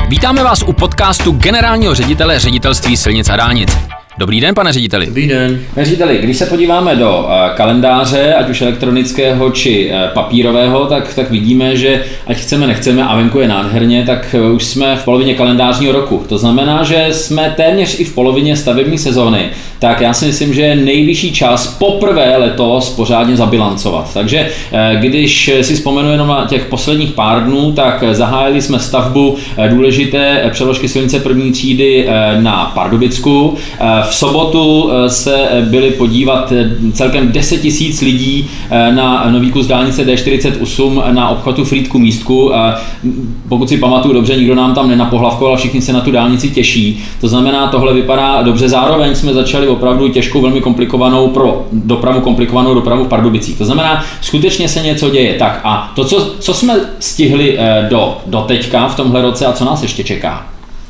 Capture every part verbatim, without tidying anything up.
Vítáme vás u podcastu generálního ředitele Ředitelství silnic a dálnic. Dobrý den, pane řediteli. Dobrý den. Pane řediteli, když se podíváme do kalendáře, ať už elektronického či papírového, tak, tak vidíme, že ať chceme, nechceme a venku je nádherně, tak už jsme v polovině kalendářního roku. To znamená, že jsme téměř i v polovině stavební sezóny. Tak já si myslím, že je nejvyšší čas poprvé letos pořádně zabilancovat. Takže když si vzpomenu jenom na těch posledních pár dnů, tak zahájili jsme stavbu důležité přeložky silnice první třídy na Pardubicku. V sobotu se byli podívat celkem deset tisíc lidí na nový kus dálnice D čtyřicet osm na obchvatu Frýdku Místku. Pokud si pamatuju dobře, nikdo nám tam nenapohlavkoval, všichni se na tu dálnici těší. To znamená, tohle vypadá dobře. Zároveň jsme začali opravdu těžkou, velmi komplikovanou pro dopravu, komplikovanou dopravu v Pardubicích. To znamená, skutečně se něco děje. Tak a to, co, co jsme stihli do, do teďka v tomhle roce a co nás ještě čeká?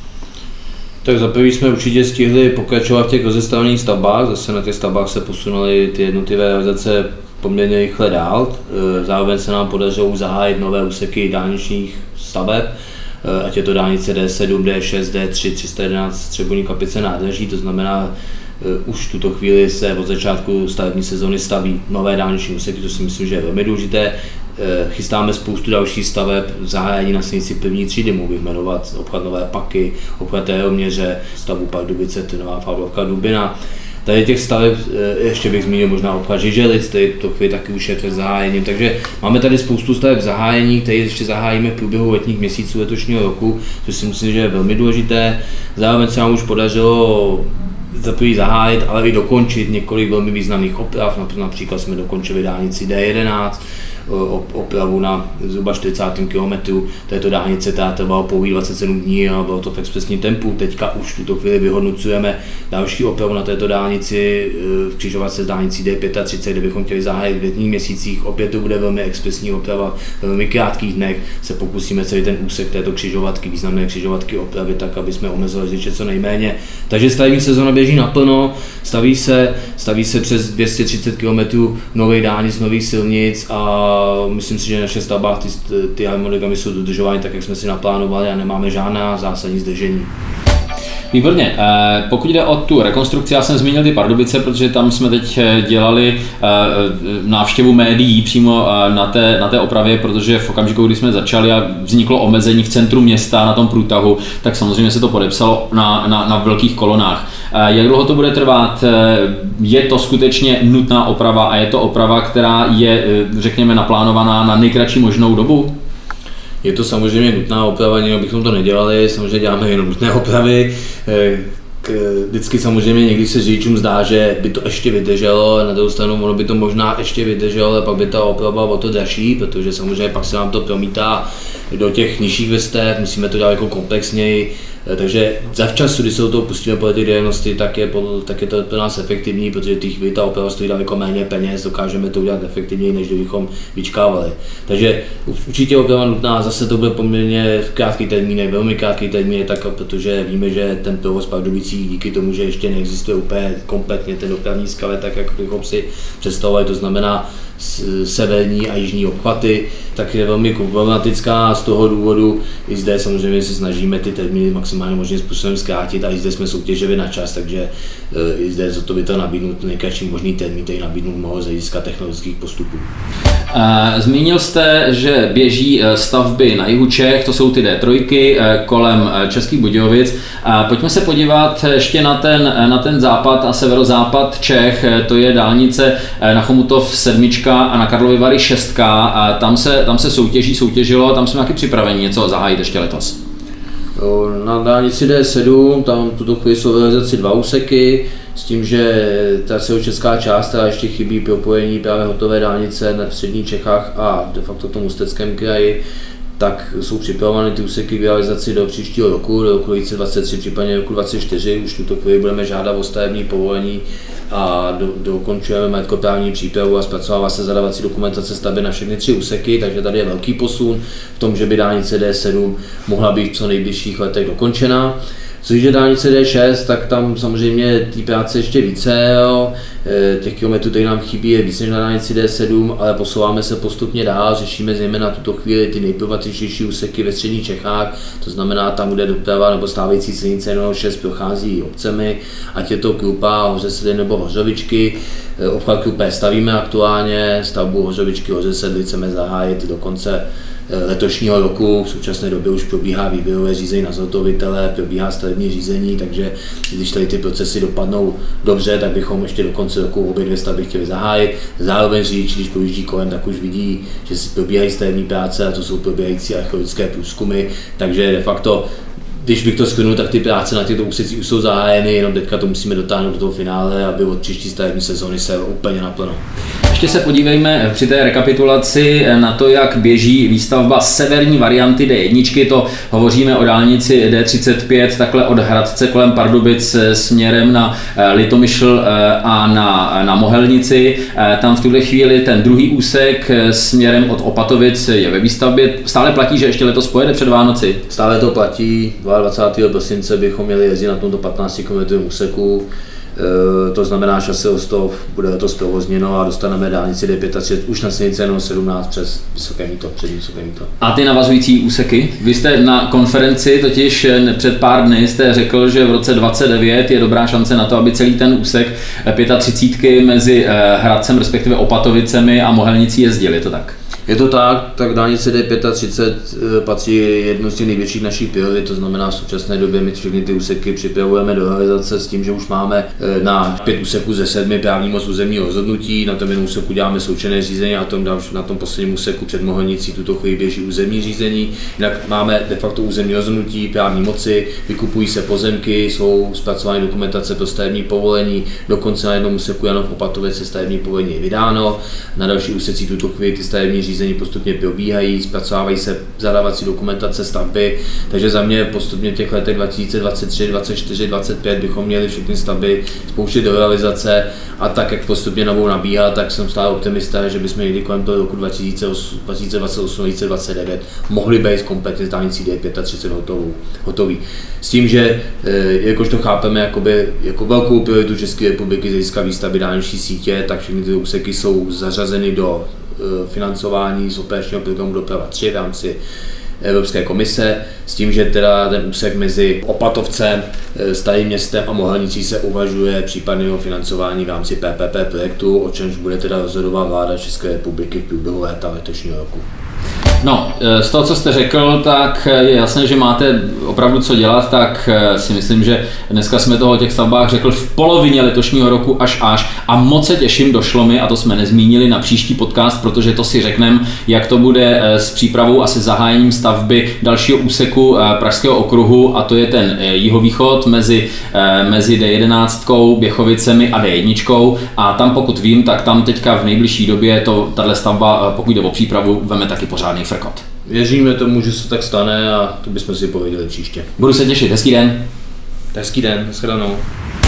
Tak za první jsme určitě stihli pokračovat v těch rozestavených stavbách, zase na těch stavbách se posunuly ty jednotlivé realizace poměrně rychle dál. Zároveň se nám podařilo zahájit nové úseky dálničních staveb, ať je to dálnice D sedm, D šest, D tři, tři sta jedenáct Střebolní Kaplice Nádraží, to znamená, už v tuto chvíli se od začátku stavební sezóny staví nové dálniční úseky, to si myslím, že je velmi důležité. Chystáme spoustu dalších staveb, zahájení na silnici první třídy, mohu bych jmenovat obchvat Nové Paky, obchvat Téroměře, stavbu Pardubice, Trnová Favrovka, Dubina. Tady těch staveb ještě bych zmínil možná obchvat Žiželic, tady to chvíli taky už je před zahájením, takže máme tady spoustu staveb zahájení, které ještě zahájíme v průběhu letních měsíců letošního roku, což si myslím, že je velmi důležité. Zároveň se nám už podařilo za první zahájit, ale i dokončit několik velmi významných oprav, například jsme dokončili dálnici D jedenáct, opravu na zhruba čtyřicátém kilometru této dálnice, která trvala pouhých dvacet sedm dní a bylo to v expresním tempu. Teďka už v tuto chvíli vyhodnocujeme další opravu na této dálnici v křižovatce s dálnicí D třicet pět, kde bychom chtěli zahájit v letních měsících. Opět to bude velmi expresní oprava, ve velmi krátkých dnech se pokusíme celý ten úsek této křižovatky, významné křižovatky opravit tak, aby jsme omezili řidiče co nejméně. Takže stavební sezóna běží naplno, staví se, staví se přes dvě stě třicet kilometrů nových dálnic, nových silnic a myslím si, že naše stavbách ty, ty harmonogramy jsou dodržovány tak, jak jsme si naplánovali a nemáme žádná zásadní zdržení. Výborně. Pokud jde o tu rekonstrukci, já jsem zmínil ty Pardubice, protože tam jsme teď dělali návštěvu médií přímo na té, na té opravě, protože v okamžiku, kdy jsme začali a vzniklo omezení v centru města na tom průtahu, tak samozřejmě se to podepsalo na, na, na velkých kolonách. Jak dlouho to bude trvat? Je to skutečně nutná oprava a je to oprava, která je, řekněme, naplánovaná na nejkratší možnou dobu? Je to samozřejmě nutná oprava, jinak bychom to nedělali, samozřejmě děláme jenom nutné opravy. Vždycky samozřejmě někdy se řidičům zdá, že by to ještě vydrželo, na druhou stranu ono by to možná ještě vydrželo, ale pak by ta oprava o to dražší, protože samozřejmě pak se nám to promítá do těch nižších vrstev, musíme to dělat jako komplexněji. Takže zavčasu, když se do toho pustíme podle ty diagnosty, tak je, tak je to pro nás efektivní, protože těch ta oprava stojí daleko méně peněz, dokážeme to udělat efektivněji, než kdybychom vyčkávali. Takže určitě oprava nutná, zase to bude poměrně v krátký termín, velmi krátký termín, tak protože víme, že ten provoz Pardubicích díky tomu, že ještě neexistuje úplně kompletně ten dopravní skale, tak jak bychom si představovali, to znamená severní a jižní obchvaty, tak je velmi problematická a z toho důvodu i zde samozřejmě se snažíme ty termíny maximálně možným způsobem zkrátit a i zde jsme soutěžili na čas, takže i zde za to by to nabídnout nejkratší možný termín, který nabídnout mohlo z hlediska technologických postupů. Zmínil jste, že běží stavby na jihu Čech, to jsou ty D tři kolem Českých Budějovic. Pojďme se podívat ještě na ten, na ten západ a severozápad Čech, to je dálnice na Chomutov sedmička a na Karlovy Vary šestka. A tam se, tam se soutěží, soutěžilo, tam jsme taky připraveni něco zahájit ještě letos. Na dálnici D sedm, tam tuto chvíli jsou v realizaci dva úseky, s tím, že ta severočeská část, která ještě chybí propojení právě hotové dálnice v středních Čechách a de facto v tom Ústeckém kraji, tak jsou připravovány ty úseky k realizaci do příštího roku, do roku dvacet tři, případně roku dvacet čtyři. Už tuto chvíli budeme žádat o stavební povolení a do, dokončujeme majetkoprávní přípravu a zpracovává se zadávací dokumentace stavby na všechny tři úseky, takže tady je velký posun v tom, že by dálnice D sedm mohla být v co nejbližších letech dokončena. Což je dálnice D šest, tak tam samozřejmě té práce ještě více, jo. Těch kilometrů tady nám chybí je víc než na dálnici D sedm, ale posouváme se postupně dál, řešíme zejména tuto chvíli ty nejproblematičtější úseky ve středních Čechách, to znamená tam, kde doprava nebo stávající silnice N šest prochází obcemi, ať je to Krupa, Hořesedly nebo Hořovičky. Obchvat Krupé stavíme aktuálně, stavbu Hořovičky, Hořesedly chceme zahájit do konce letošního roku. V současné době už probíhá výběrové řízení na zhotovitele, probíhá stavební řízení, takže když tady ty procesy dopadnou dobře, tak bychom ještě do konce roku obě dvě stavby chtěli zahájit. Zároveň řidič, když projíždí kolem, tak už vidí, že si probíhají stavební práce a to jsou probíhající archeologické průzkumy, takže de facto když bych to shrnul, tak ty práce na těchto úsecích už jsou zahájeny, jenom teďka to musíme dotáhnout do toho finále, aby od příští stavební sezóny se úplně naplno. Ještě se podívejme při té rekapitulaci na to, jak běží výstavba severní varianty D jedna. To hovoříme o dálnici D třicet pět, takhle od Hradce kolem Pardubic směrem na Litomyšl a na, na Mohelnici. Tam v tuhle chvíli ten druhý úsek směrem od Opatovic je ve výstavbě. Stále platí, že ještě letos pojede před Vánoci? Stále to platí. dvacátého druhého prosince bychom měli jezdit na tomto patnácti kilometrovém úseku. To znamená, že se z toho bude to zprovozněno a dostaneme dálnici D třicet pět už na silnici N sedmnáct přes Vysoké Mýto, před Vysoké Mýto. A ty navazující úseky? Vy jste na konferenci totiž před pár dny jste řekl, že v roce dvacet devět je dobrá šance na to, aby celý ten úsek třicet pět mezi Hradcem, respektive Opatovicemi a Mohelnicí jezdil, je to tak? Je to tak, tak dálnice D třicet pět patří jednu z těch největších našich priorit, to znamená v současné době my všechny ty úseky připravujeme do realizace s tím, že už máme na pět úseků ze sedmi právní moc územního rozhodnutí, na tom jednom úseku děláme sloučené řízení a na tom, na tom posledním úseku před Mohelnicí tuto chvíli běží územní řízení. Jinak máme de facto územní rozhodnutí právní moci, vykupují se pozemky, jsou zpracovány dokumentace pro stavební povolení, dokonce na jednom úseku Janov Opatovice stavební povolení je vydáno, na další úsecí tuto chvíli ty stavební řízení řízení postupně probíhají, zpracovávají se zadávací dokumentace stavby, takže za mě postupně v těch letech dva tisíce dvacet tři, dvacet čtyři, dvacet pět bychom měli všechny stavby spouštět do realizace a tak, jak postupně budou nabíhat, tak jsem stále optimista, že bychom někdy kolem toho roku dva tisíce dvacet osm, dva tisíce dvacet devět mohli být kompletně s dálnicí D třicet pět hotovou, hotový. S tím, že jakož to chápeme jakoby, jako velkou prioritu České republiky z hlediska výstavby dálniční sítě, tak všechny ty úseky jsou zařazeny do financování z operačního programu Doprava tři v rámci Evropské komise, s tím, že teda ten úsek mezi Opatovcem, Starým Městem a Mohelnicí se uvažuje případného financování v rámci P P P projektu, o čemž bude teda rozhodovat vláda České republiky v průběhu léta letošního roku. No, z toho, co jste řekl, tak je jasné, že máte opravdu co dělat, tak si myslím, že dneska jsme toho o těch stavbách řekl v polovině letošního roku až až a moc se těším, došlo mi, a to jsme nezmínili na příští podcast, protože to si řekneme, jak to bude s přípravou a se zahájením stavby dalšího úseku Pražského okruhu, a to je ten jihovýchod mezi, mezi D jedenáct, Běchovicemi a D jedna, a tam, pokud vím, tak tam teďka v nejbližší době to, tato stavba, pokud jde o přípravu, veme taky pořádný frkot. Věříme tomu, že se tak stane a to bychom si pověděli příště. Budu se těšit, hezký den. Hezký den, shledanou.